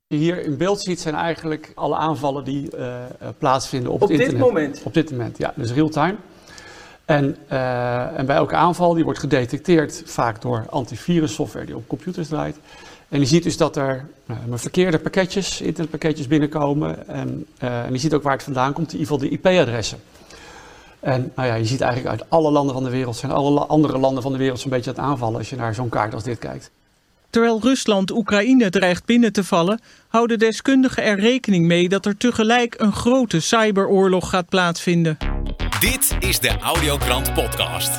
Hier in beeld ziet zijn eigenlijk alle aanvallen die plaatsvinden op het internet. Dit moment? Op dit moment, ja. Dus real-time. En bij elke aanval die wordt gedetecteerd vaak door antivirussoftware die op computers draait. En je ziet dus dat er verkeerde pakketjes, internetpakketjes binnenkomen. En je ziet ook waar het vandaan komt, in ieder geval de IP-adressen. En je ziet eigenlijk uit alle landen van de wereld, zijn alle andere landen van de wereld zo'n beetje aan het aanvallen als je naar zo'n kaart als dit kijkt. Terwijl Rusland Oekraïne dreigt binnen te vallen, houden deskundigen er rekening mee dat er tegelijk een grote cyberoorlog gaat plaatsvinden. Dit is de Audiokrant podcast.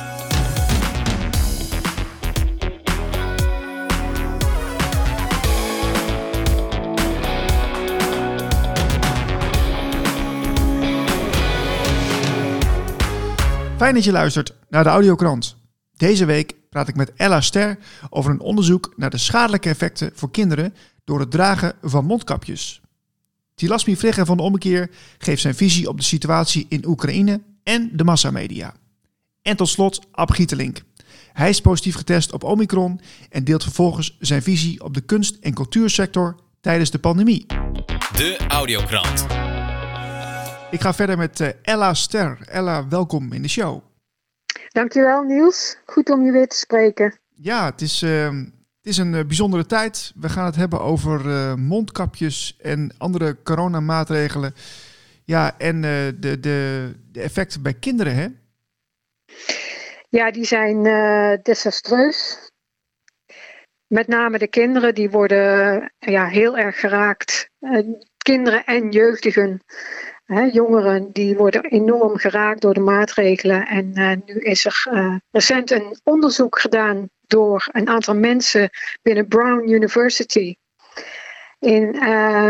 Fijn dat je luistert naar de Audiokrant. Deze week praat ik met Ella Ster over een onderzoek naar de schadelijke effecten voor kinderen door het dragen van mondkapjes. Tilasmi Vrigge van de Ommekeer geeft zijn visie op de situatie in Oekraïne en de massamedia. En tot slot Ab Gietelink. Hij is positief getest op Omicron en deelt vervolgens zijn visie op de kunst- en cultuursector tijdens de pandemie. De Audiokrant. Ik ga verder met Ella Ster. Ella, welkom in de show. Dankjewel Niels, goed om je weer te spreken. Ja, het is een bijzondere tijd. We gaan het hebben over mondkapjes en andere coronamaatregelen. Ja, en de effecten bij kinderen, hè? Ja, die zijn desastreus. Met name de kinderen, die worden heel erg geraakt. Kinderen en jeugdigen. Jongeren die worden enorm geraakt door de maatregelen. En nu is er recent een onderzoek gedaan door een aantal mensen binnen Brown University in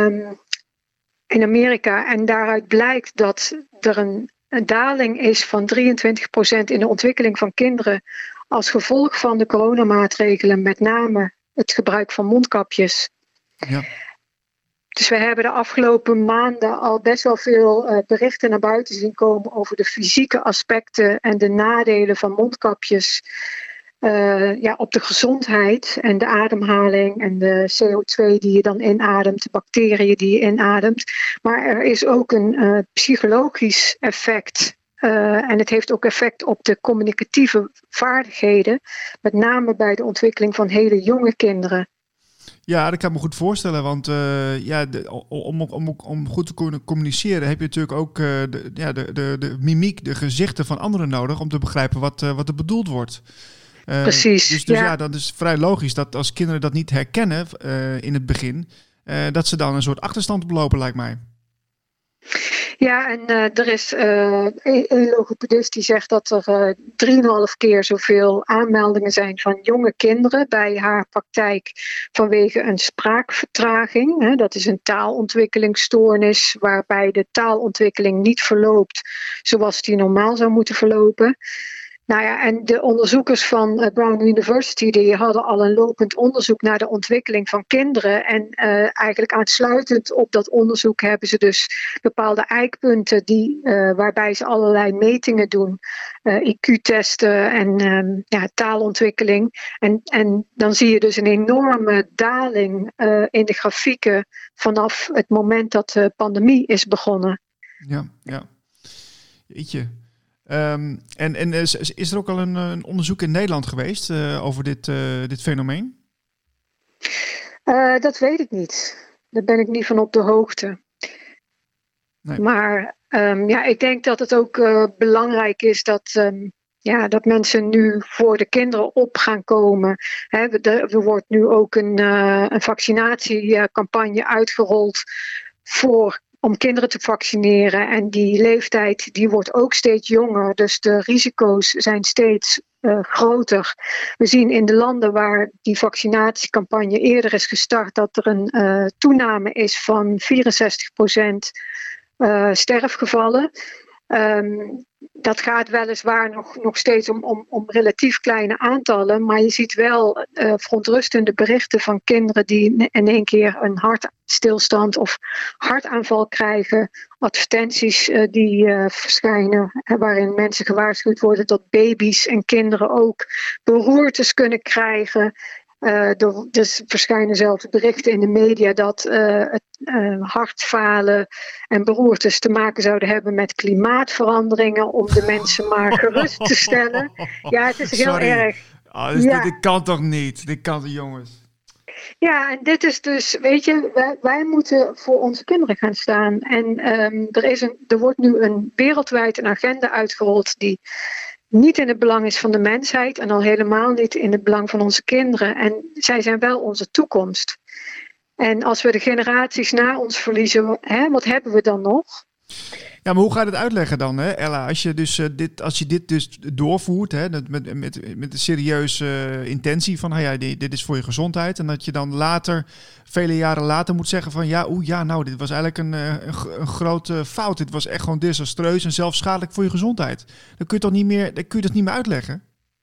Amerika. En daaruit blijkt dat er een daling is van 23% in de ontwikkeling van kinderen als gevolg van de coronamaatregelen, met name het gebruik van mondkapjes. Ja. Dus we hebben de afgelopen maanden al best wel veel berichten naar buiten zien komen over de fysieke aspecten en de nadelen van mondkapjes op de gezondheid en de ademhaling en de CO2 die je dan inademt, de bacteriën die je inademt. Maar er is ook een psychologisch effect. En het heeft ook effect op de communicatieve vaardigheden, met name bij de ontwikkeling van hele jonge kinderen. Ja, dat kan ik me goed voorstellen, want om goed te kunnen communiceren heb je natuurlijk ook de mimiek, de gezichten van anderen nodig om te begrijpen wat er bedoeld wordt. Precies. Dus dan is het vrij logisch dat als kinderen dat niet herkennen in het begin, dat ze dan een soort achterstand oplopen, lijkt mij. Ja, en er is een logopedist die zegt dat er 3,5 keer zoveel aanmeldingen zijn van jonge kinderen bij haar praktijk vanwege een spraakvertraging. Dat is een taalontwikkelingsstoornis waarbij de taalontwikkeling niet verloopt zoals die normaal zou moeten verlopen. Nou ja, en de onderzoekers van Brown University die hadden al een lopend onderzoek naar de ontwikkeling van kinderen. En eigenlijk aansluitend op dat onderzoek hebben ze dus bepaalde eikpunten waarbij ze allerlei metingen doen. IQ-testen en taalontwikkeling. En dan zie je dus een enorme daling in de grafieken vanaf het moment dat de pandemie is begonnen. Ja. Jeetje. En is er ook al een onderzoek in Nederland geweest over dit fenomeen? Dat weet ik niet. Daar ben ik niet van op de hoogte. Nee. Maar ik denk dat het ook belangrijk is dat mensen nu voor de kinderen op gaan komen. Er wordt nu ook een vaccinatiecampagne uitgerold om kinderen te vaccineren. En die leeftijd die wordt ook steeds jonger. Dus de risico's zijn steeds groter. We zien in de landen waar die vaccinatiecampagne eerder is gestart dat er een toename is van 64% sterfgevallen. Dat gaat weliswaar nog steeds om relatief kleine aantallen, maar je ziet wel verontrustende berichten van kinderen die in één keer een hartstilstand of hartaanval krijgen. Advertenties die verschijnen waarin mensen gewaarschuwd worden dat baby's en kinderen ook beroertes kunnen krijgen. Dus verschijnen zelfs berichten in de media dat het hartfalen en beroertes te maken zouden hebben met klimaatveranderingen, om de mensen maar gerust te stellen. Ja, het is heel erg. Dit kan toch niet? Dit kan toch, jongens? Ja, en dit is dus, weet je, wij moeten voor onze kinderen gaan staan. En er wordt nu wereldwijd een agenda uitgerold die niet in het belang is van de mensheid en al helemaal niet in het belang van onze kinderen. En zij zijn wel onze toekomst. En als we de generaties na ons verliezen, wat hebben we dan nog? Ja, maar hoe ga je dat uitleggen dan, hè, Ella? Als je dit dus doorvoert, hè, met de serieuze intentie van, dit is voor je gezondheid, en dat je dan later, vele jaren later, moet zeggen van, dit was eigenlijk een grote fout. Dit was echt gewoon desastreus en zelfs schadelijk voor je gezondheid. Dan kun je dat niet meer uitleggen.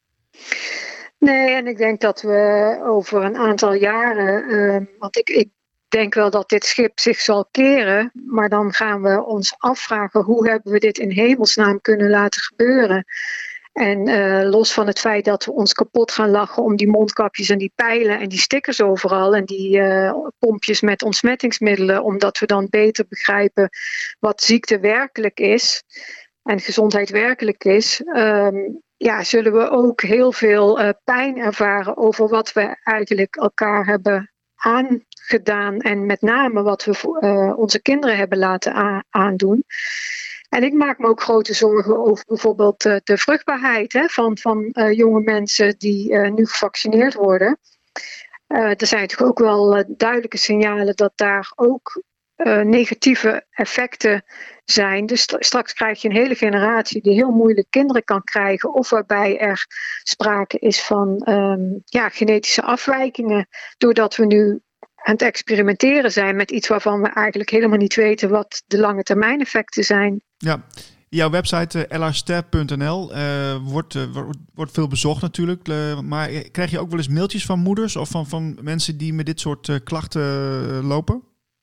Nee, en ik denk dat we over een aantal jaren, want ik denk wel dat dit schip zich zal keren, maar dan gaan we ons afvragen, hoe hebben we dit in hemelsnaam kunnen laten gebeuren? En los van het feit dat we ons kapot gaan lachen om die mondkapjes en die pijlen en die stickers overal en die pompjes met ontsmettingsmiddelen, omdat we dan beter begrijpen wat ziekte werkelijk is en gezondheid werkelijk is, zullen we ook heel veel pijn ervaren over wat we eigenlijk elkaar hebben aangedaan en met name wat we onze kinderen hebben laten aandoen. En ik maak me ook grote zorgen over bijvoorbeeld de vruchtbaarheid van jonge mensen die nu gevaccineerd worden. Er zijn natuurlijk ook wel duidelijke signalen dat daar ook negatieve effecten zijn. Dus straks krijg je een hele generatie die heel moeilijk kinderen kan krijgen, of waarbij er sprake is van genetische afwijkingen, doordat we nu aan het experimenteren zijn met iets waarvan we eigenlijk helemaal niet weten wat de lange termijn effecten zijn. Ja, jouw website elaster.nl wordt veel bezocht natuurlijk, maar krijg je ook wel eens mailtjes van moeders of van mensen die met dit soort klachten lopen?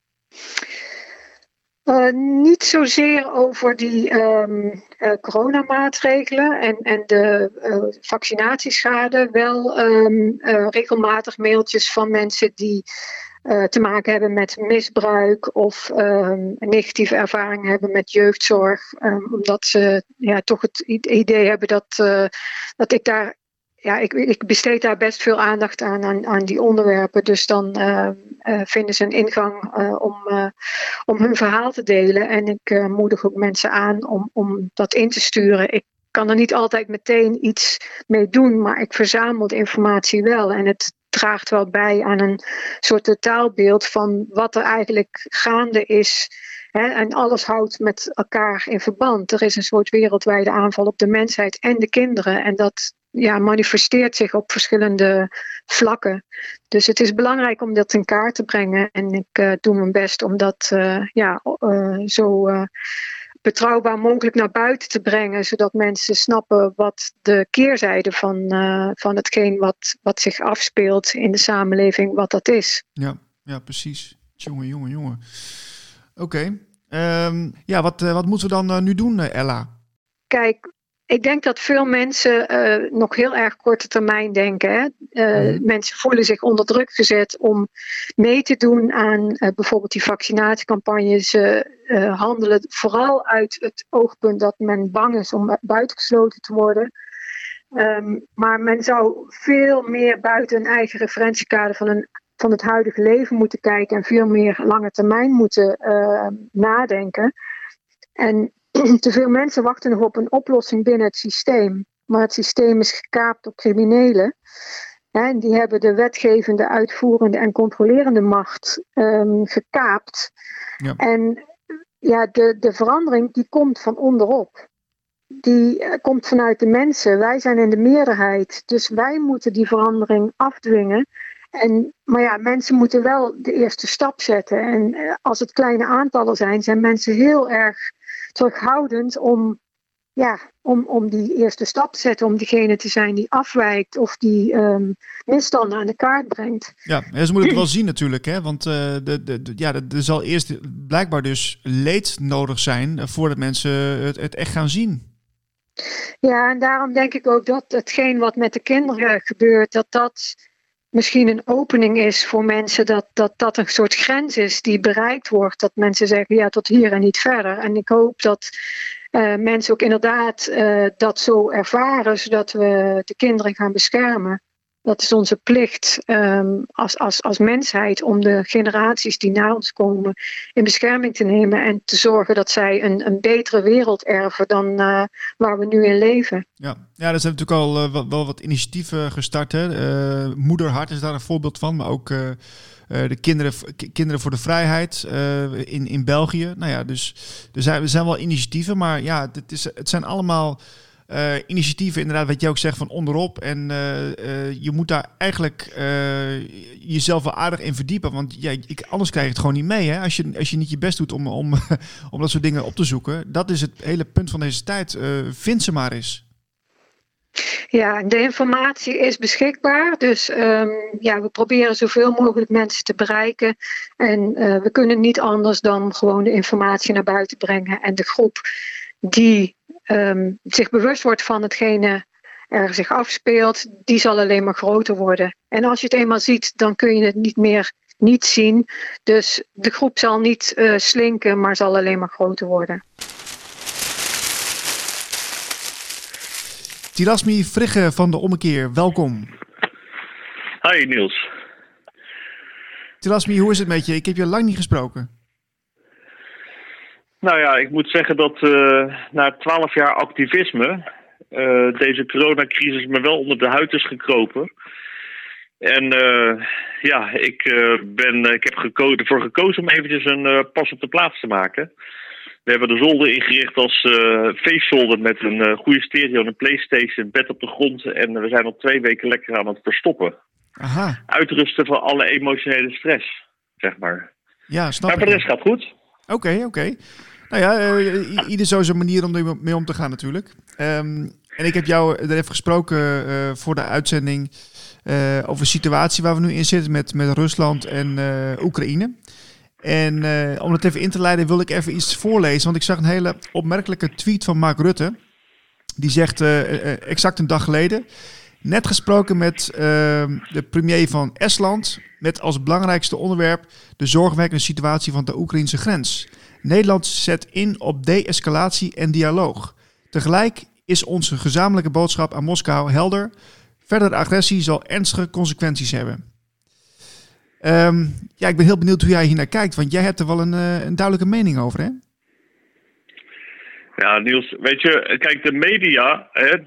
Niet zozeer over die coronamaatregelen en de vaccinatieschade. Wel regelmatig mailtjes van mensen die te maken hebben met misbruik of een negatieve ervaring hebben met jeugdzorg. Omdat ze toch het idee hebben dat ik daar... Ja, ik besteed daar best veel aandacht aan die onderwerpen. Dus dan vinden ze een ingang om hun verhaal te delen. En ik moedig ook mensen aan om dat in te sturen. Ik kan er niet altijd meteen iets mee doen, maar ik verzamel de informatie wel. En het draagt wel bij aan een soort totaalbeeld van wat er eigenlijk gaande is. En alles houdt met elkaar in verband. Er is een soort wereldwijde aanval op de mensheid en de kinderen. En dat manifesteert zich op verschillende vlakken. Dus het is belangrijk om dat in kaart te brengen. En ik doe mijn best om dat zo betrouwbaar mogelijk naar buiten te brengen. Zodat mensen snappen wat de keerzijde van hetgeen wat zich afspeelt in de samenleving, wat dat is. Ja, precies. Jongen. Oké. Wat moeten we dan nu doen, Ella? Kijk, ik denk dat veel mensen nog heel erg korte termijn denken. Hè? Mensen voelen zich onder druk gezet om mee te doen aan bijvoorbeeld die vaccinatiecampagnes. Ze handelen vooral uit het oogpunt dat men bang is om buitengesloten te worden. Maar men zou veel meer buiten een eigen referentiekader van het huidige leven moeten kijken en veel meer lange termijn moeten nadenken. En te veel mensen wachten nog op een oplossing binnen het systeem. Maar het systeem is gekaapt door criminelen. En die hebben de wetgevende, uitvoerende en controlerende macht gekaapt. Ja. En de verandering die komt van onderop. Die komt vanuit de mensen. Wij zijn in de meerderheid. Dus wij moeten die verandering afdwingen. Maar mensen moeten wel de eerste stap zetten. En als het kleine aantallen zijn mensen heel erg terughoudend om die eerste stap te zetten, om diegene te zijn die afwijkt of die misstanden aan de kaart brengt. Ja, ze moeten het wel zien natuurlijk, hè? Want er zal eerst blijkbaar dus leed nodig zijn voordat mensen het echt gaan zien. Ja, en daarom denk ik ook dat hetgeen wat met de kinderen gebeurt, dat misschien een opening is voor mensen, dat een soort grens is die bereikt wordt. Dat mensen zeggen, ja, tot hier en niet verder. En ik hoop dat mensen ook inderdaad dat zo ervaren, zodat we de kinderen gaan beschermen. Dat is onze plicht als mensheid om de generaties die na ons komen in bescherming te nemen en te zorgen dat zij een betere wereld erven dan waar we nu in leven. Ja, er zijn natuurlijk al wel wat initiatieven gestart. Hè? Moederhart is daar een voorbeeld van, maar ook de kinderen voor de vrijheid in België. Nou ja, dus er zijn wel initiatieven, maar ja, het zijn allemaal initiatieven, inderdaad, wat jij ook zegt, van onderop. En je moet daar eigenlijk jezelf wel aardig in verdiepen. Want anders krijg je het gewoon niet mee. Hè? Als je niet je best doet om dat soort dingen op te zoeken. Dat is het hele punt van deze tijd. Vind ze maar eens. Ja, de informatie is beschikbaar. Dus we proberen zoveel mogelijk mensen te bereiken. En we kunnen niet anders dan gewoon de informatie naar buiten brengen. En de groep die zich bewust wordt van hetgene er zich afspeelt, die zal alleen maar groter worden. En als je het eenmaal ziet, dan kun je het niet meer niet zien. Dus de groep zal niet slinken, maar zal alleen maar groter worden. Tilasmi Vrigge van de Ommekeer, welkom. Hi Niels. Tilasmi, hoe is het met je? Ik heb je lang niet gesproken. Nou ja, ik moet zeggen dat na 12 jaar activisme deze coronacrisis me wel onder de huid is gekropen. En ik heb ervoor gekozen om eventjes een pas op de plaats te maken. We hebben de zolder ingericht als feestzolder met een goede stereo, een PlayStation, bed op de grond. En we zijn al 2 weken lekker aan het verstoppen. Aha. Uitrusten van alle emotionele stress, zeg maar. Ja, snap ik. Maar voor de rest gaat goed. Oké. Nou ja, ieder zo zijn manier om ermee om te gaan natuurlijk. En ik heb jou er even gesproken voor de uitzending over de situatie waar we nu in zitten met Rusland en Oekraïne. En om het even in te leiden wil ik even iets voorlezen. Want ik zag een hele opmerkelijke tweet van Mark Rutte. Die zegt exact een dag geleden: net gesproken met de premier van Estland, met als belangrijkste onderwerp de zorgwekkende situatie van de Oekraïnse grens. Nederland zet in op de-escalatie en dialoog. Tegelijk is onze gezamenlijke boodschap aan Moskou helder. Verdere agressie zal ernstige consequenties hebben. Ik ben heel benieuwd hoe jij hier naar kijkt, want jij hebt er wel een duidelijke mening over, hè? Ja, Niels, weet je, kijk, de media,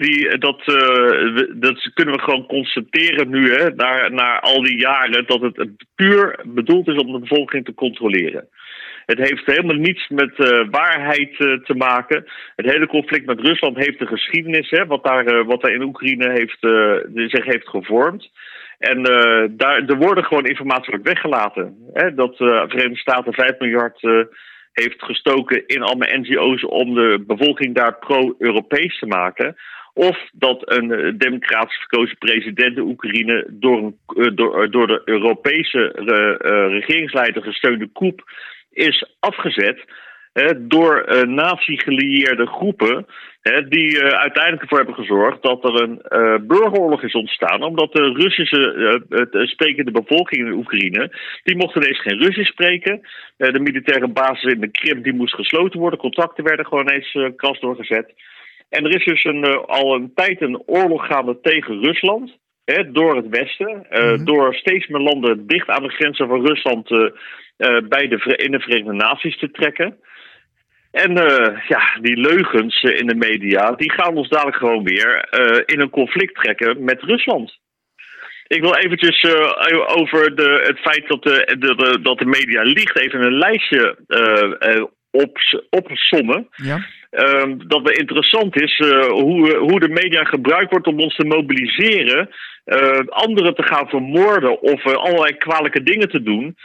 dat kunnen we gewoon constateren nu, hè, na al die jaren, dat het puur bedoeld is om de bevolking te controleren. Het heeft helemaal niets met waarheid te maken. Het hele conflict met Rusland heeft een geschiedenis, hè, wat daar in Oekraïne zich heeft gevormd. En er worden gewoon informatie weggelaten. Hè, dat de Verenigde Staten 5 miljard heeft gestoken in allemaal NGO's om de bevolking daar pro-Europees te maken. Of dat een democratisch verkozen president de Oekraïne door de Europese regeringsleider gesteunde coup is afgezet door nazi-gelieerde groepen die uiteindelijk ervoor hebben gezorgd dat er een burgeroorlog is ontstaan. Omdat de Russische sprekende bevolking in de Oekraïne, die mochten ineens geen Russisch spreken. De militaire basis in de Krim die moest gesloten worden. Contacten werden gewoon eens kras doorgezet. En er is dus al een tijd een oorlog gaande tegen Rusland. Door het Westen. Door steeds meer landen dicht aan de grenzen van Rusland in de Verenigde Naties te trekken. En die leugens in de media, die gaan ons dadelijk gewoon weer in een conflict trekken met Rusland. Ik wil eventjes over het feit dat de media liegt even een lijstje opsommen. Ja. Dat wel interessant is hoe de media gebruikt wordt om ons te mobiliseren, anderen te gaan vermoorden of allerlei kwalijke dingen te doen.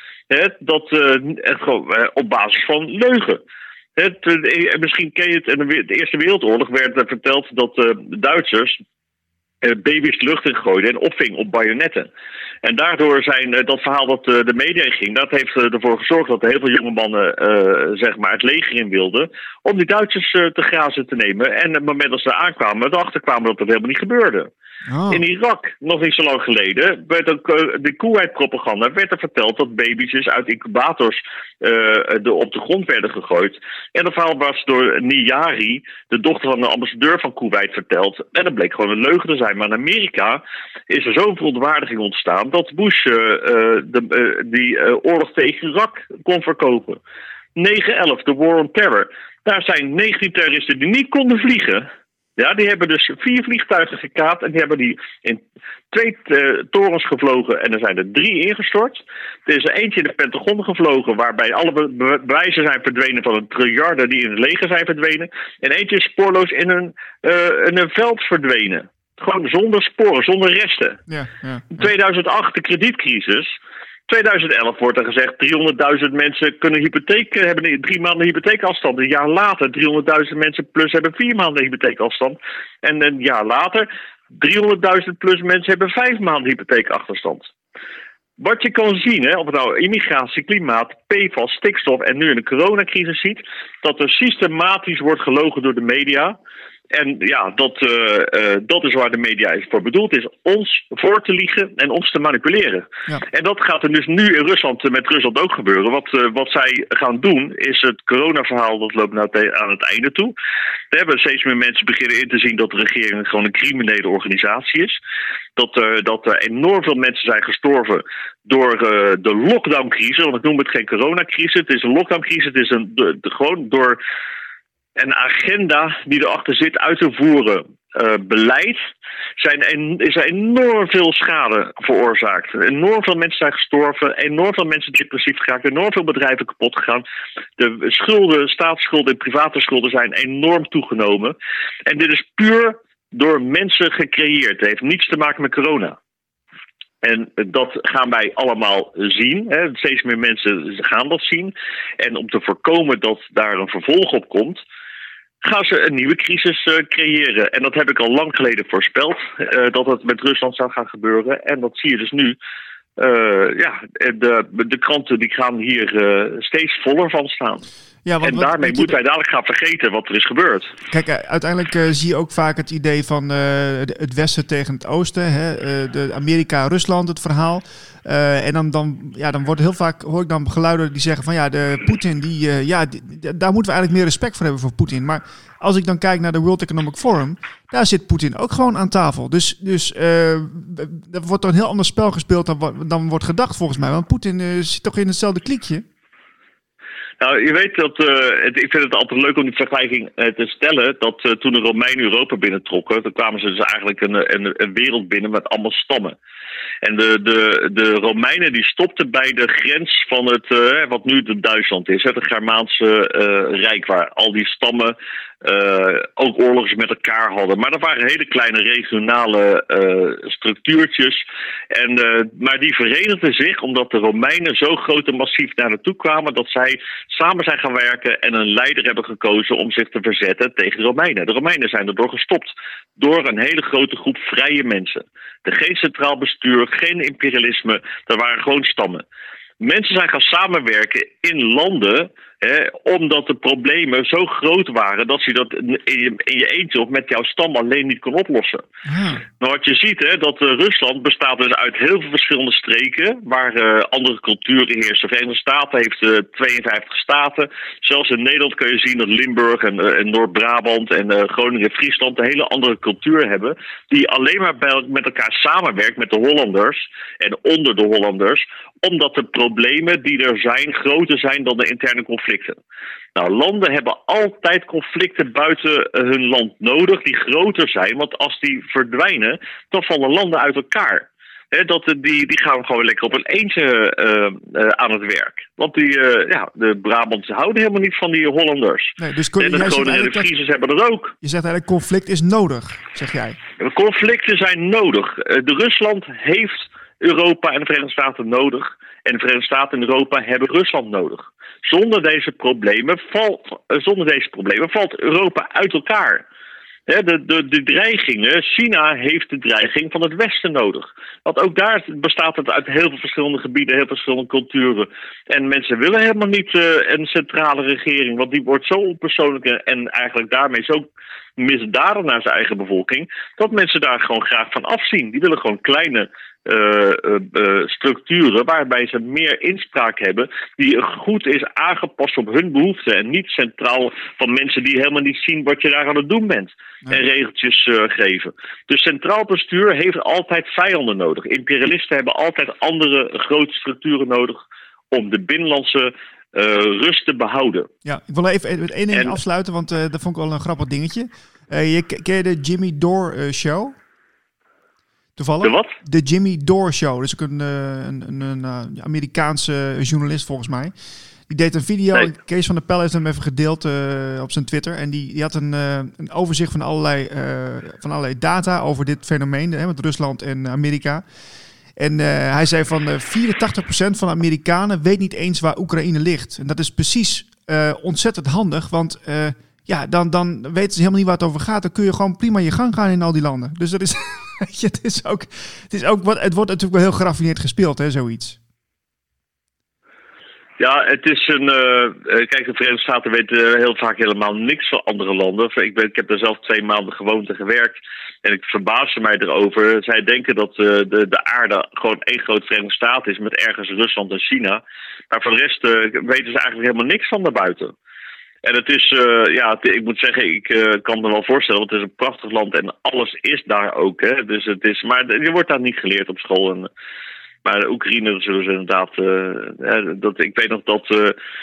Op basis van leugen. Misschien ken je het, in de Eerste Wereldoorlog werd verteld dat de Duitsers baby's de lucht in gooide en opving op bajonetten. En daardoor dat verhaal dat de media ging, dat heeft ervoor gezorgd dat heel veel jonge mannen het leger in wilden om die Duitsers te grazen te nemen. En op het moment dat ze aankwamen, erachter kwamen dat helemaal niet gebeurde. Oh. In Irak, nog niet zo lang geleden, werd ook de Kuwait-propaganda werd er verteld dat baby's dus uit incubators op de grond werden gegooid. En dat verhaal was door Niyari, de dochter van de ambassadeur van Kuwait, verteld. En dat bleek gewoon een leugen te zijn. Maar in Amerika is er zo'n verontwaardiging ontstaan dat Bush die oorlog tegen Irak kon verkopen. 9/11, de War on Terror. Daar zijn 19 terroristen die niet konden vliegen. Ja, die hebben dus 4 vliegtuigen gekaapt en die hebben die in 2 torens gevlogen en er zijn er 3 ingestort. Er is er eentje in de Pentagon gevlogen waarbij alle bewijzen zijn verdwenen van een triljarden die in het leger zijn verdwenen. En eentje is spoorloos in een veld verdwenen. Gewoon zonder sporen, zonder resten. Ja. 2008, de kredietcrisis. 2011 wordt er gezegd 300.000 mensen hebben 3 maanden hypotheekafstand. Een jaar later 300.000 mensen plus hebben 4 maanden hypotheekafstand. En een jaar later 300.000 plus mensen hebben 5 maanden hypotheekachterstand. Wat je kan zien, of het nou immigratie, klimaat, PFAS, stikstof en nu in de coronacrisis ziet, dat er systematisch wordt gelogen door de media. En ja, dat is waar de media voor bedoeld is. Ons voor te liegen en ons te manipuleren. Ja. En dat gaat er dus nu in Rusland met Rusland ook gebeuren. Wat zij gaan doen is het coronaverhaal, dat loopt nou aan het einde toe. We hebben steeds meer mensen beginnen in te zien dat de regering gewoon een criminele organisatie is. Dat er enorm veel mensen zijn gestorven door de lockdowncrisis. Want ik noem het geen coronacrisis, het is een lockdowncrisis. Het is gewoon door een agenda die erachter zit uit te voeren beleid, is er enorm veel schade veroorzaakt. Enorm veel mensen zijn gestorven, enorm veel mensen depressief geraakt, enorm veel bedrijven kapot gegaan. De schulden, staatsschulden en private schulden zijn enorm toegenomen. En dit is puur door mensen gecreëerd. Het heeft niets te maken met corona. En dat gaan wij allemaal zien. Hè. Steeds meer mensen gaan dat zien. En om te voorkomen dat daar een vervolg op komt, gaan ze een nieuwe crisis creëren. En dat heb ik al lang geleden voorspeld, dat het met Rusland zou gaan gebeuren. En dat zie je dus nu. De kranten die gaan hier steeds voller van staan. Ja, en daarmee moeten wij dadelijk gaan vergeten wat er is gebeurd. Kijk, uiteindelijk zie je ook vaak het idee van het Westen tegen het Oosten. Hè? De Amerika-Rusland, het verhaal. En dan wordt heel vaak, hoor ik dan geluiden die zeggen van ja, de Poetin, daar moeten we eigenlijk meer respect voor hebben voor Poetin. Maar als ik dan kijk naar de World Economic Forum, daar zit Poetin ook gewoon aan tafel. Dus er wordt een heel ander spel gespeeld dan wordt gedacht volgens mij. Want Poetin zit toch in hetzelfde kliekje? Nou, je weet dat, ik vind het altijd leuk om die vergelijking te stellen, dat toen de Romeinen Europa binnentrokken, dan kwamen ze dus eigenlijk een wereld binnen met allemaal stammen. En de Romeinen die stopten bij de grens van het, wat nu Duitsland is, het Germaanse Rijk, waar al die stammen ook oorlogen met elkaar hadden. Maar dat waren hele kleine regionale structuurtjes. Maar die verenigden zich omdat de Romeinen zo groot en massief naar naartoe kwamen dat zij samen zijn gaan werken en een leider hebben gekozen om zich te verzetten tegen de Romeinen. De Romeinen zijn erdoor gestopt door een hele grote groep vrije mensen. Geen centraal bestuur, geen imperialisme, er waren gewoon stammen. Mensen zijn gaan samenwerken in landen, omdat de problemen zo groot waren dat ze dat in je eentje of met jouw stam alleen niet kon oplossen. Nou, wat je ziet, dat Rusland bestaat dus uit heel veel verschillende streken waar andere culturen heersen. De Verenigde Staten heeft 52 staten. Zelfs in Nederland kun je zien dat Limburg en Noord-Brabant en Groningen en Friesland een hele andere cultuur hebben, die alleen maar met elkaar samenwerkt met de Hollanders en onder de Hollanders, omdat de problemen die er zijn groter zijn dan de interne conflicten. Nou, landen hebben altijd conflicten buiten hun land nodig die groter zijn, want als die verdwijnen, dan vallen landen uit elkaar. Die gaan gewoon lekker op een eentje aan het werk. Want de Brabantse houden helemaal niet van die Hollanders. Nee, dus en de Groningen en de Friesers hebben er ook. Je zegt eigenlijk conflict is nodig, zeg jij. Conflicten zijn nodig. Rusland heeft Europa en de Verenigde Staten nodig. En de Verenigde Staten en Europa hebben Rusland nodig. Zonder deze problemen valt Europa uit elkaar. De dreigingen, China heeft de dreiging van het Westen nodig. Want ook daar bestaat het uit heel veel verschillende gebieden, heel veel verschillende culturen. En mensen willen helemaal niet een centrale regering, want die wordt zo onpersoonlijk en eigenlijk daarmee zo misdadig naar zijn eigen bevolking, dat mensen daar gewoon graag van afzien. Die willen gewoon kleine structuren waarbij ze meer inspraak hebben, die goed is aangepast op hun behoeften en niet centraal van mensen die helemaal niet zien wat je daar aan het doen bent. En regeltjes geven. Dus centraal bestuur heeft altijd vijanden nodig. Imperialisten hebben altijd andere grote structuren nodig om de binnenlandse rust te behouden. Ja, ik wil even met één ding afsluiten, want dat vond ik wel een grappig dingetje. Ken je de Jimmy Dore Show? Toevallig? De wat? De Jimmy Dore Show. Dat is ook een Amerikaanse journalist volgens mij. Die deed een video. Nee. Kees van der Pel heeft hem even gedeeld op zijn Twitter. En die had een overzicht van allerlei data over dit fenomeen. Met Rusland en Amerika. En hij zei van 84% van de Amerikanen weet niet eens waar Oekraïne ligt. En dat is precies ontzettend handig. Want dan weten ze helemaal niet waar het over gaat. Dan kun je gewoon prima je gang gaan in al die landen. Dus dat is... het wordt natuurlijk wel heel geraffineerd gespeeld, hè, zoiets. Ja, het is kijk, de Verenigde Staten weten heel vaak helemaal niks van andere landen. Ik heb daar zelf 2 maanden gewoond en gewerkt. En ik verbaasde mij erover. Zij denken dat de aarde gewoon één groot Verenigde Staten is met ergens Rusland en China. Maar voor de rest weten ze eigenlijk helemaal niks van daarbuiten. En het is, ik moet zeggen, ik kan me wel voorstellen, want het is een prachtig land en alles is daar ook. Hè? Dus het is, maar je wordt daar niet geleerd op school. Maar de Oekraïne, dat zullen ze inderdaad, ik weet nog dat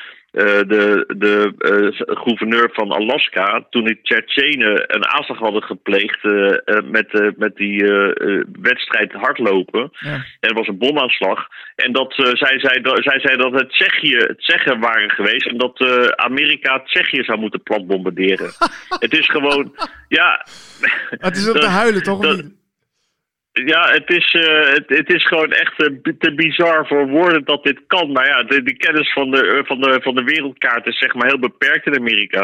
de gouverneur van Alaska, toen die Tsjetsjenen een aanslag hadden gepleegd met die wedstrijd hardlopen. Ja. En er was een bomaanslag. En dat zij zei dat het Tsjechen waren geweest en dat Amerika Tsjechië zou moeten platbombarderen. Het is gewoon, ja... Het is om te huilen, toch? Ja, het is gewoon echt te bizar voor woorden dat dit kan. Maar ja, de kennis van de wereldkaart is zeg maar heel beperkt in Amerika.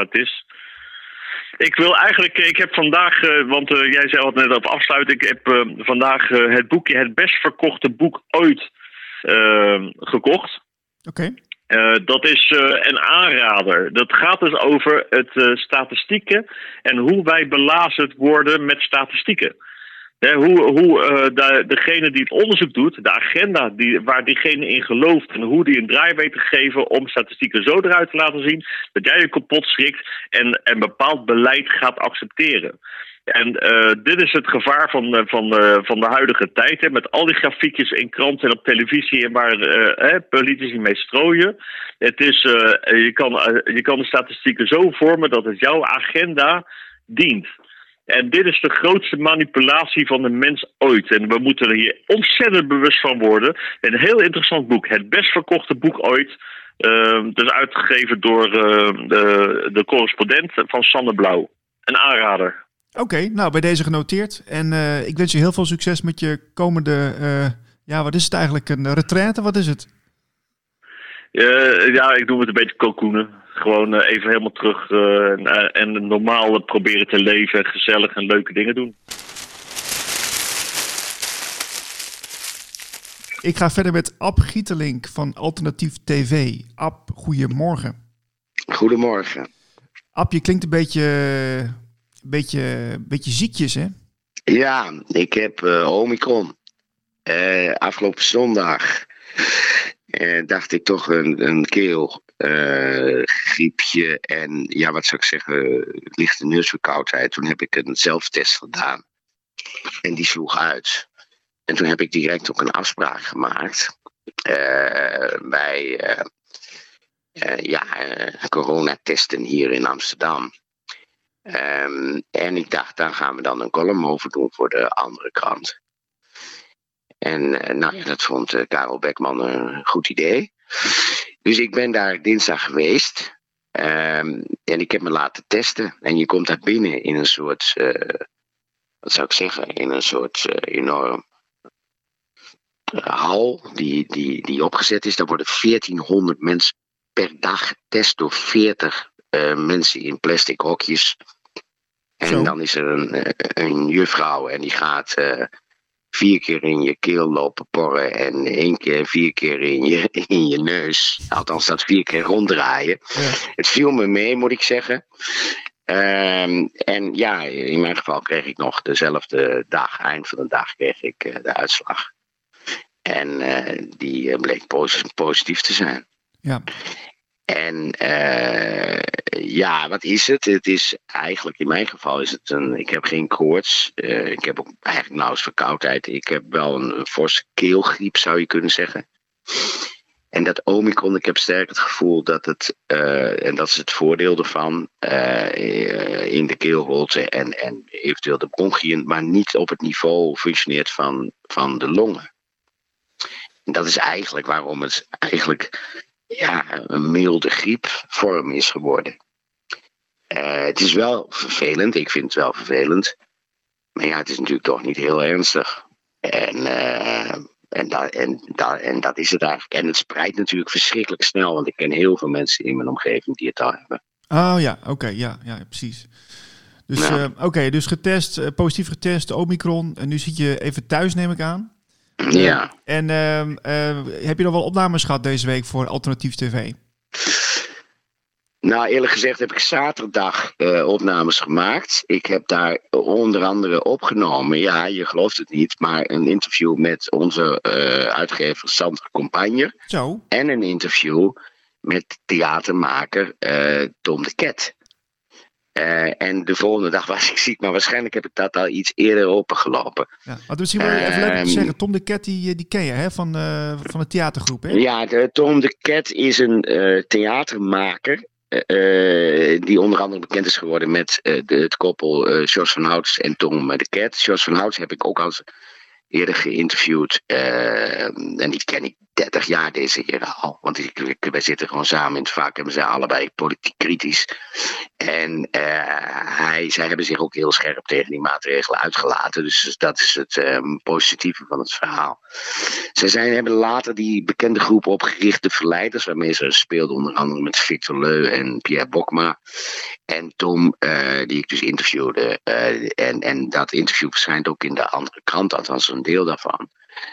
Ik heb vandaag, want jij zei het net op afsluiten, ik heb vandaag het boekje Het best verkochte boek ooit gekocht. Oké. Dat is een aanrader. Dat gaat dus over het statistieken en hoe wij belazerd worden met statistieken. Degene die het onderzoek doet, de agenda waar diegene in gelooft en hoe die een draai weet te geven om statistieken zo eruit te laten zien dat jij je kapot schrikt en een bepaald beleid gaat accepteren. En dit is het gevaar van de huidige tijd. Hè, met al die grafiekjes in kranten en op televisie en waar politici mee strooien. Het is, je kan de statistieken zo vormen dat het jouw agenda dient. En dit is de grootste manipulatie van de mens ooit. En we moeten er hier ontzettend bewust van worden. Een heel interessant boek. Het best verkochte boek ooit. Dat is uitgegeven door de correspondent van Sander Blauw. Een aanrader. Oké, nou bij deze genoteerd. En ik wens je heel veel succes met je komende... wat is het eigenlijk? Een retraite? Wat is het? Ik doe het een beetje cocoonen. Gewoon even helemaal terug en normaal proberen te leven en gezellig en leuke dingen doen. Ik ga verder met Ab Gietelink van Alternatief TV. Ab, goedemorgen. Goedemorgen. Ab, je klinkt een beetje ziekjes, hè? Ja, ik heb Omicron. Afgelopen zondag dacht ik toch een keelgriepje en ja, wat zou ik zeggen, lichte neusverkoudheid. Toen heb ik een zelftest gedaan en die sloeg uit. En toen heb ik direct ook een afspraak gemaakt bij coronatesten hier in Amsterdam. En ik dacht, daar gaan we dan een column over doen voor de andere krant. En dat vond Karel Beckman een goed idee. Dus ik ben daar dinsdag geweest. En ik heb me laten testen. En je komt daar binnen in een soort, enorm hal die opgezet is. Daar worden 1400 mensen per dag getest door 40 mensen in plastic hokjes. En dan is er een juffrouw en die gaat 4 keer in je keel lopen porren en 4 keer in je neus. Althans, dat 4 keer ronddraaien. Ja. Het viel me mee, moet ik zeggen. En ja, in mijn geval kreeg ik nog dezelfde dag, eind van de dag, kreeg ik de uitslag. En die bleek positief te zijn. Ja. En wat is het? Het is eigenlijk, in mijn geval is het ik heb geen koorts. Ik heb ook eigenlijk nauwelijks verkoudheid. Ik heb wel een forse keelgriep, zou je kunnen zeggen. En dat Omicron, ik heb sterk het gevoel dat het, en dat is het voordeel ervan, in de keelholte en eventueel de bronchiën, maar niet op het niveau functioneert van de longen. En dat is eigenlijk waarom het eigenlijk een milde griepvorm is geworden. Het is wel vervelend, ik vind het wel vervelend. Maar ja, het is natuurlijk toch niet heel ernstig. En dat is het eigenlijk. En het spreidt natuurlijk verschrikkelijk snel, want ik ken heel veel mensen in mijn omgeving die het al hebben. Oh ja, oké, ja, precies. Dus dus getest, positief getest, Omicron. En nu zit je even thuis, neem ik aan. Ja. En heb je nog wel opnames gehad deze week voor Alternatief TV? Nou, eerlijk gezegd heb ik zaterdag opnames gemaakt. Ik heb daar onder andere opgenomen, ja, je gelooft het niet, maar een interview met onze uitgever Sandra Compagne. Zo. En een interview met theatermaker Tom de Ket. En de volgende dag was ik ziek, maar waarschijnlijk heb ik dat al iets eerder opengelopen. Ja, wat misschien wel even leuk om te zeggen, Tom de Ket, die ken je, hè, van de theatergroep, hè? Ja, Tom de Ket is een theatermaker. Die onder andere bekend is geworden met het koppel George van Houts en Tom de Ket. George van Houts heb ik ook al eerder geïnterviewd. En die ken ik 30 jaar deze heren al. Want wij zitten gewoon samen in het vak en we zijn allebei politiek kritisch. En zij hebben zich ook heel scherp tegen die maatregelen uitgelaten. Dus dat is het positieve van het verhaal. Zij hebben later die bekende groep opgericht, De Verleiders, waarmee ze speelden onder andere met Victor Leu en Pierre Bokma. En Tom, die ik dus interviewde. En dat interview verschijnt ook in de andere krant, althans een deel daarvan.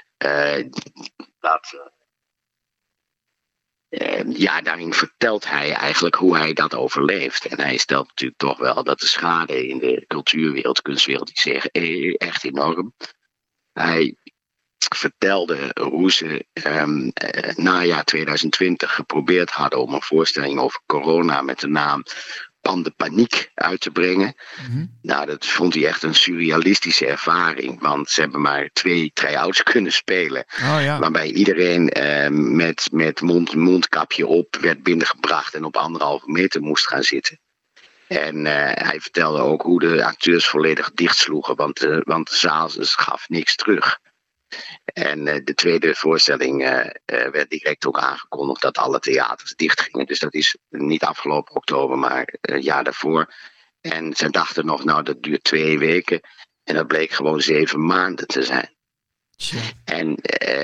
Daarin vertelt hij eigenlijk hoe hij dat overleeft. En hij stelt natuurlijk toch wel dat de schade in de cultuurwereld, kunstwereld, is echt enorm. Hij vertelde hoe ze najaar 2020 geprobeerd hadden om een voorstelling over corona met de naam Pandepaniek uit te brengen. Mm-hmm. Nou, dat vond hij echt een surrealistische ervaring. Want ze hebben maar 2 try-outs kunnen spelen. Oh, ja. Waarbij iedereen met mondkapje op werd binnengebracht en op 1,5 meter moest gaan zitten. En hij vertelde ook hoe de acteurs volledig dichtsloegen. Want de zaal gaf niks terug. En de tweede voorstelling werd direct ook aangekondigd dat alle theaters dicht gingen. Dus dat is niet afgelopen oktober, maar een jaar daarvoor. En ze dachten nog, nou dat duurt 2 weken. En dat bleek gewoon 7 maanden te zijn. Ja. En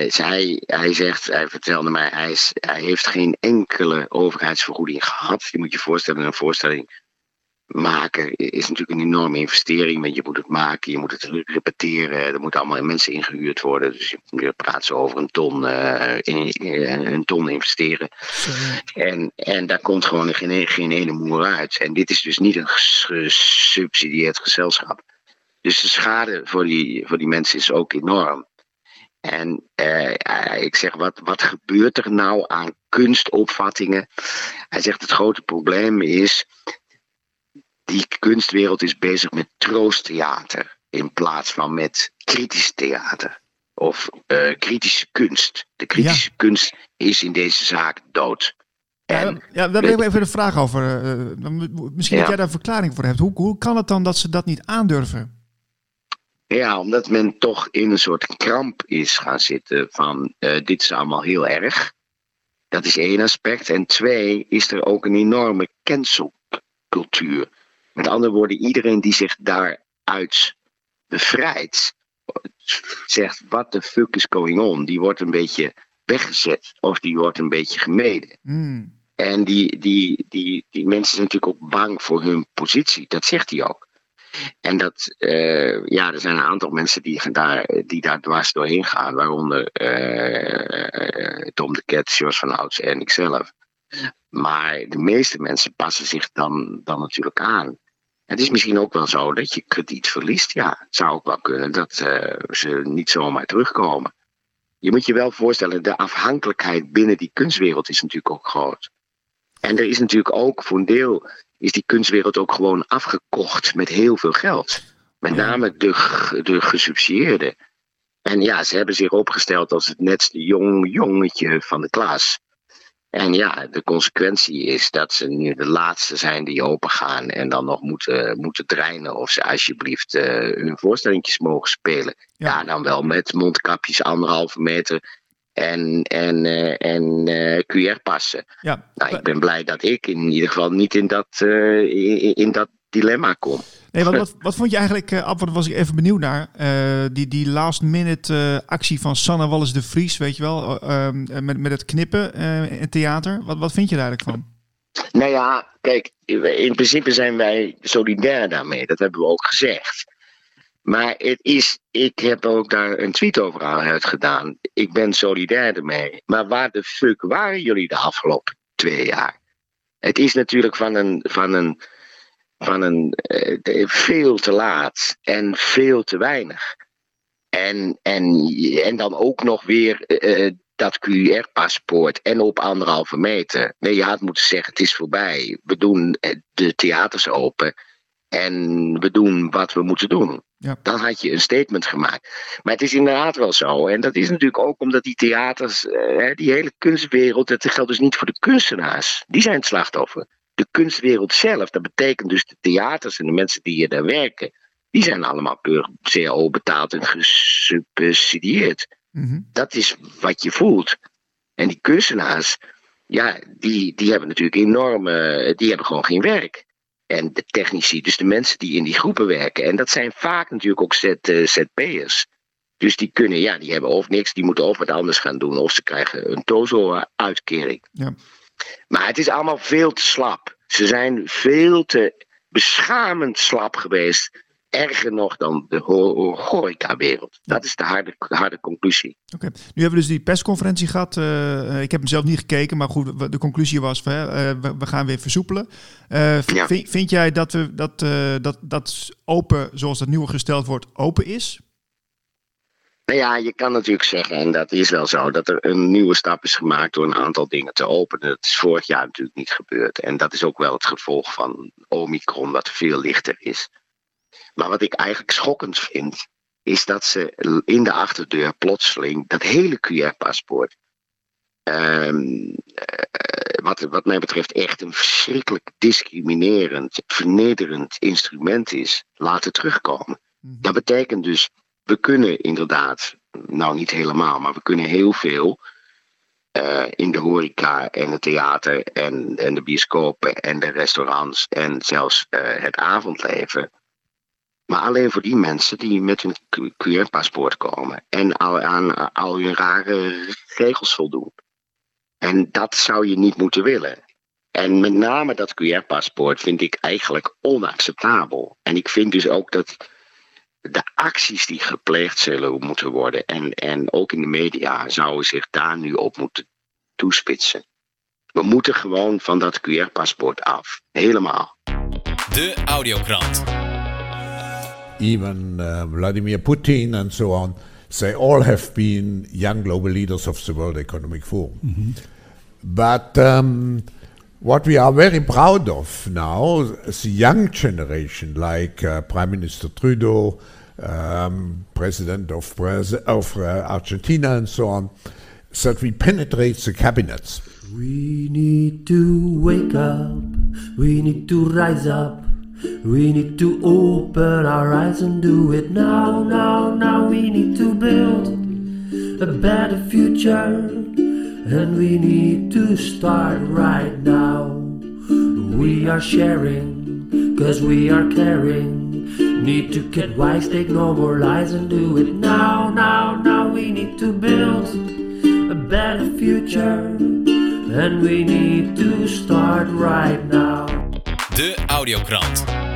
hij vertelde mij, hij heeft geen enkele overheidsvergoeding gehad. Je moet je voorstellen, een voorstelling maken is natuurlijk een enorme investering. Want je moet het maken, je moet het repeteren. Er moeten allemaal mensen ingehuurd worden. Dus je praat zo over een ton investeren. En daar komt gewoon geen ene moer uit. En dit is dus niet een gesubsidieerd gezelschap. Dus de schade voor die mensen is ook enorm. En ik zeg, wat gebeurt er nou aan kunstopvattingen? Hij zegt, het grote probleem is, die kunstwereld is bezig met troosttheater in plaats van met kritisch theater of kritische kunst. De kritische kunst is in deze zaak dood. Daar heb ik even een vraag over. Misschien dat jij daar een verklaring voor hebt. Hoe kan het dan dat ze dat niet aandurven? Ja, omdat men toch in een soort kramp is gaan zitten van dit is allemaal heel erg. Dat is 1 aspect. En 2 is er ook een enorme cancelcultuur. Met andere woorden, iedereen die zich daaruit bevrijdt, zegt what the fuck is going on, die wordt een beetje weggezet of die wordt een beetje gemeden. Mm. En die mensen zijn natuurlijk ook bang voor hun positie, dat zegt hij ook. En dat, er zijn een aantal mensen die daar dwars doorheen gaan. Waaronder Tom de Ket, Jos van Ouds en ikzelf. Maar de meeste mensen passen zich dan natuurlijk aan. Het is misschien ook wel zo dat je krediet verliest. Ja, het zou ook wel kunnen dat ze niet zomaar terugkomen. Je moet je wel voorstellen, de afhankelijkheid binnen die kunstwereld is natuurlijk ook groot. En er is natuurlijk ook, voor een deel, is die kunstwereld ook gewoon afgekocht met heel veel geld. Met name de gesubsidieerden. En ja, ze hebben zich opgesteld als het netste jongetje van de klas. En ja, de consequentie is dat ze nu de laatste zijn die open gaan en dan nog moeten dreinen of ze alsjeblieft hun voorstellingjes mogen spelen. Ja, dan wel met mondkapjes 1,5 meter en QR-passen. Ja. Nou, ik ben blij dat ik in ieder geval niet in dat dilemma kom. Nee, wat vond je eigenlijk, Ab, wat was ik even benieuwd naar, die last minute actie van Sanne Wallis de Vries, weet je wel, met het knippen in theater. Wat vind je daar eigenlijk van? Nou ja, kijk, in principe zijn wij solidair daarmee, dat hebben we ook gezegd. Maar ik heb ook daar een tweet over uitgedaan. Ik ben solidair ermee. Maar waar de fuck waren jullie de afgelopen 2 jaar? Het is natuurlijk van een veel te laat en veel te weinig. En dan ook nog weer dat QR-paspoort en op 1,5 meter. Nee, je had moeten zeggen, het is voorbij. We doen de theaters open en we doen wat we moeten doen. Ja. Dan had je een statement gemaakt. Maar het is inderdaad wel zo. En dat is natuurlijk ook omdat die theaters, die hele kunstwereld, dat geldt dus niet voor de kunstenaars. Die zijn het slachtoffer. De kunstwereld zelf, dat betekent dus de theaters en de mensen die hier daar werken, die zijn allemaal per CAO betaald en gesubsidieerd. Mm-hmm. Dat is wat je voelt. En die kunstenaars, ja, die hebben natuurlijk die hebben gewoon geen werk. En de technici, dus de mensen die in die groepen werken. En dat zijn vaak natuurlijk ook ZP'ers. Dus die kunnen, die hebben of niks, die moeten of wat anders gaan doen. Of ze krijgen een TOZO-uitkering. Ja. Maar het is allemaal veel te slap. Ze zijn veel te beschamend slap geweest. Erger nog dan de horecawereld. Dat is de harde conclusie. Oké. Nu hebben we dus die persconferentie gehad. Ik heb hem zelf niet gekeken, maar goed, de conclusie was we gaan weer versoepelen. Vind jij dat open, zoals dat nu gesteld wordt, open is? Nou ja, je kan natuurlijk zeggen, en dat is wel zo, dat er een nieuwe stap is gemaakt door een aantal dingen te openen. Dat is vorig jaar natuurlijk niet gebeurd. En dat is ook wel het gevolg van Omicron, wat veel lichter is. Maar wat ik eigenlijk schokkend vind, is dat ze in de achterdeur plotseling dat hele QR-paspoort, wat mij betreft echt een verschrikkelijk discriminerend, vernederend instrument is, laten terugkomen. Dat betekent dus, we kunnen inderdaad, nou niet helemaal, maar we kunnen heel veel in de horeca en het theater en de bioscopen en de restaurants en zelfs het avondleven. Maar alleen voor die mensen die met hun QR-paspoort komen en aan al hun rare regels voldoen. En dat zou je niet moeten willen. En met name dat QR-paspoort vind ik eigenlijk onacceptabel. En ik vind dus ook dat de acties die gepleegd zullen moeten worden en ook in de media zouden zich daar nu op moeten toespitsen. We moeten gewoon van dat QR-paspoort af. Helemaal. De Audiokrant. Even Vladimir Putin and so on, they all have been young global leaders of the World Economic Forum. Mm-hmm. But what we are very proud of now is the young generation, like Prime Minister Trudeau, President of Argentina and so on, that we penetrate the cabinets. We need to wake up, we need to rise up. We need to open our eyes and do it now, now, now. We need to build a better future, and we need to start right now. We are sharing, cause we are caring. Need to get wise, take no more lies and do it now, now, now. We need to build a better future, and we need to start right now. De Audiokrant.